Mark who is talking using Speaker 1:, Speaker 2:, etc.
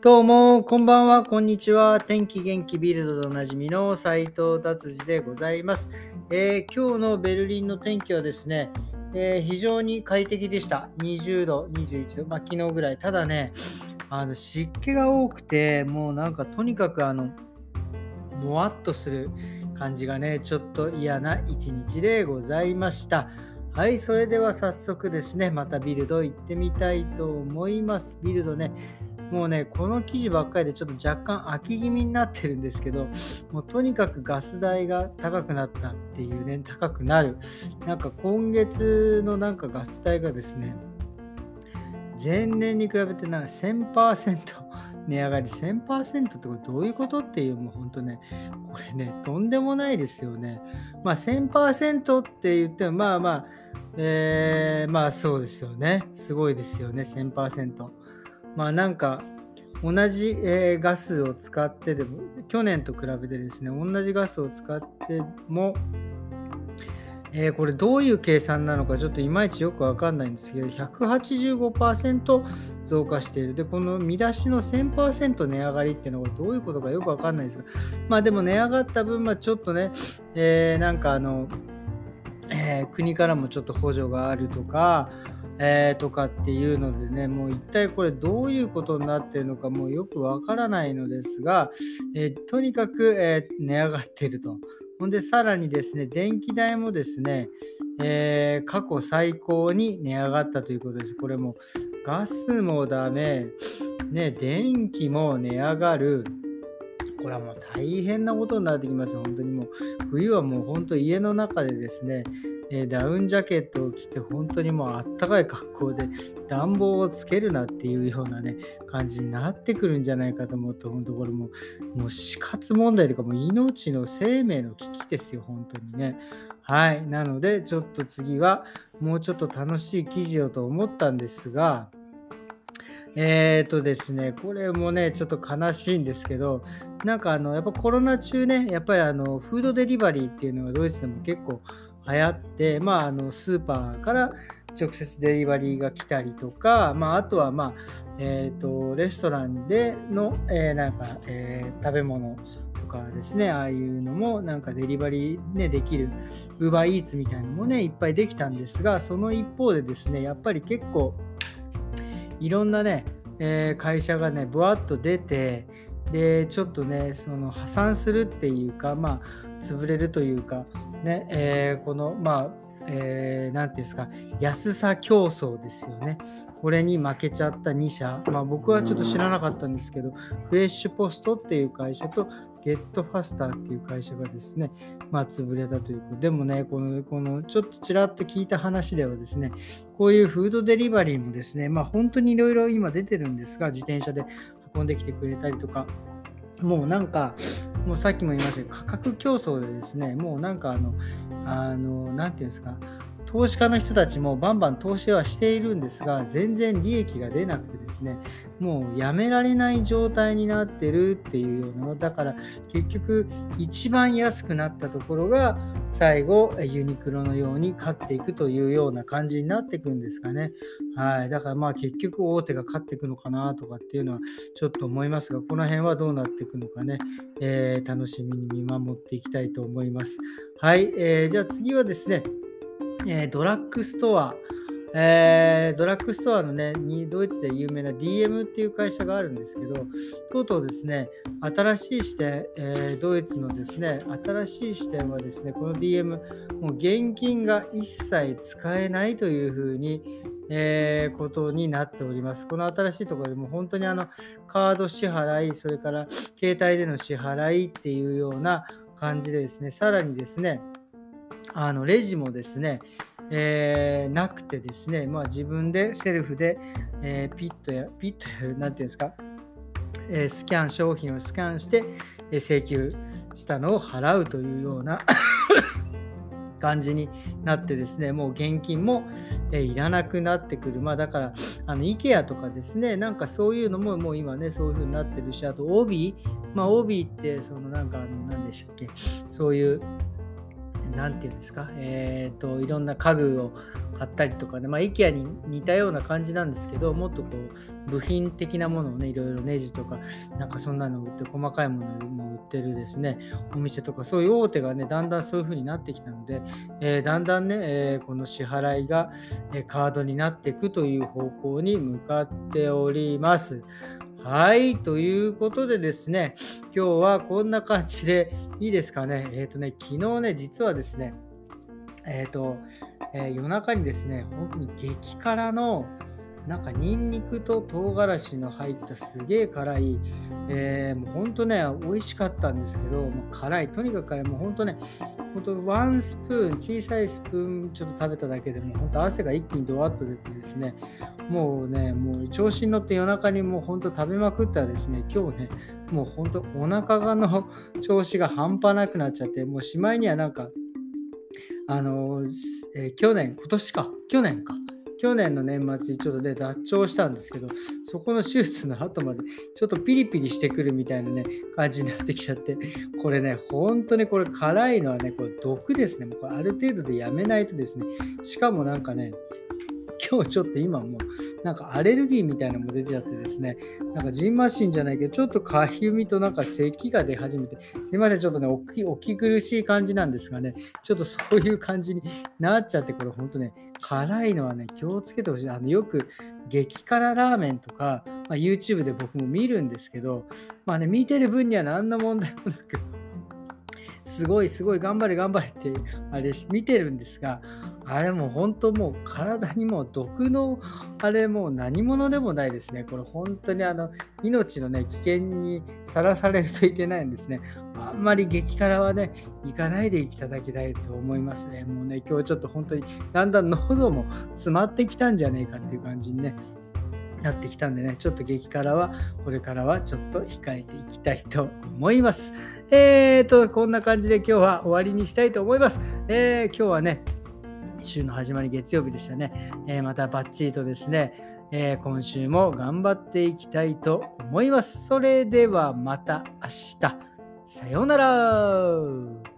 Speaker 1: どうも、こんばんは、こんにちは。天気元気ビルドでおなじみの斉藤達治でございます。今日のベルリンの天気はですね、非常に快適でした。20度、21度、昨日ぐらい。ただね、湿気が多くて、もうなんかとにかくもわっとする感じがね、ちょっと嫌な一日でございました。はい、それでは早速ですね、またビルド行ってみたいと思います。ビルドね、もうね、この記事ばっかりでちょっと若干飽き気味になってるんですけど、もうとにかくガス代が高くなったっていうね、高くなる。なんか今月のなんかガス代がですね、前年に比べてなんか1000%値上がり、1000%ってこれどういうことっていう、もう本当ね、これね、とんでもないですよね。1000% って言っても、そうですよね。すごいですよね、1000%。なんか同じ、ガスを使ってでも、去年と比べてですね、同じガスを使っても、これどういう計算なのかちょっといまいちよくわかんないんですけど、185% 増加している。で、この見出しの 1000% 値上がりっていうのはどういうことかよくわかんないですが、でも値上がった分、ちょっとね、国からもちょっと補助があるとか、とかっていうのでね、もう一体これどういうことになっているのかもうよくわからないのですが、とにかく、値上がっていると。ほんでさらにですね、電気代もですね、過去最高に値上がったということです。これもガスもダメ、ね、電気も値上がる。これはもう大変なことになってきますよ。本当にもう冬はもう本当家の中でですね、ダウンジャケットを着て本当にもうあったかい格好で暖房をつけるなっていうようなね感じになってくるんじゃないかと思うと、本当これもう死活問題というかもう命の生命の危機ですよ、本当にね。はい。なのでちょっと次はもうちょっと楽しい記事をと思ったんですが、ですね、これもね、ちょっと悲しいんですけど、なんかやっぱコロナ中ね、やっぱりフードデリバリーっていうのがドイツでも結構流行って、スーパーから直接デリバリーが来たりとか、あとはレストランでの、食べ物とかですね、ああいうのもなんかデリバリーね、できる Uber Eats みたいなのもね、いっぱいできたんですが、その一方でですね、やっぱり結構いろんなね、会社がね、ぶわっと出て、で、ちょっとね、その破産するっていうか、潰れるというか、ね、この、なんていうんですか、安さ競争ですよね。これに負けちゃった2社、僕はちょっと知らなかったんですけど、フレッシュポストっていう会社と、ゲットファスターっていう会社がですね、潰れたということ。でもね、このちょっとちらっと聞いた話ではですね、こういうフードデリバリーもですね、本当にいろいろ今出てるんですが、自転車で運んできてくれたりとか、もうなんか、もうさっきも言いましたけど、価格競争でですね、もうなんかなんていうんですか、投資家の人たちもバンバン投資はしているんですが、全然利益が出なくてですね、もうやめられない状態になってるっていうようなの。だから結局一番安くなったところが最後ユニクロのように勝っていくというような感じになっていくんですかね。はい。だから結局大手が勝っていくのかなとかっていうのはちょっと思いますが、この辺はどうなっていくのかね、楽しみに見守っていきたいと思います。はい。じゃあ次はですね、ドラッグストア、ドラッグストアのね、ドイツで有名な DM っていう会社があるんですけど、とうとうですね、新しい視点、ドイツのですね、新しい視点はですね、この DM、もう現金が一切使えないというふうに、ことになっております。この新しいところでも本当にカード支払い、それから携帯での支払いっていうような感じでですね、さらにですね、レジもですね、なくてですね、自分でセルフで、ピットやる、なんていうんですか、商品をスキャンして、請求したのを払うというような感じになってですね、もう現金も、いらなくなってくる。だから、IKEA とかですね、なんかそういうのももう今ね、そういう風になってるし、あとオービーって、そのなんか、なんでしたっけ、そういうなんていうんですか、いろんな家具を買ったりとかね、IKEA に似たような感じなんですけど、もっとこう、部品的なものをね、いろいろネジとか、なんかそんなの売って、細かいものも売ってるですね、お店とか、そういう大手がね、だんだんそういう風になってきたので、だんだんね、この支払いが、カードになっていくという方向に向かっております。はい、ということでですね、今日はこんな感じでいいですかね。昨日ね、実はですね、えっと、夜中にですね、本当に激辛の、なんかニンニクと唐辛子の入ったすげえ辛い、もう本当ね、美味しかったんですけど、もう辛い、とにかく辛い、もう本当ね、本当ワンスプーン、小さいスプーンちょっと食べただけでもう本当汗が一気にドワッと出てですね、もうね、もう調子に乗って夜中にもう本当食べまくったらですね、今日ね、もう本当お腹がの調子が半端なくなっちゃって、もうしまいにはなんか去年か。去年の年末にちょっとね、脱腸したんですけど、そこの手術の後までちょっとピリピリしてくるみたいなね、感じになってきちゃって、これね、本当にこれ辛いのはね、これ毒ですね。もうこれある程度でやめないとですね、しかもなんかね、今日ちょっと今もうなんかアレルギーみたいなのも出てちゃってですね、なんかジンマシンじゃないけど、ちょっとかゆみとなんか咳が出始めて、すいません、ちょっとね、お聞き苦しい感じなんですがね、ちょっとそういう感じになっちゃって、これ本当ね、辛いのはね、気をつけてほしい。よく激辛ラーメンとか、YouTube で僕も見るんですけど、見てる分には何の問題もなく、すごいすごい頑張れ頑張れってあれ見てるんですが、あれもう本当もう体にもう毒のあれもう何者でもないですね。これ本当に命のね危険にさらされるといけないんですね。あんまり激辛はね行かないでいただきたいと思いますね。もうね今日ちょっと本当にだんだん喉も詰まってきたんじゃねえかっていう感じにねなってきたんでね、ちょっと激辛はこれからはちょっと控えていきたいと思います。こんな感じで今日は終わりにしたいと思います。今日はね、週の始まり月曜日でしたね。またバッチリとですね、今週も頑張っていきたいと思います。それではまた明日。さようなら。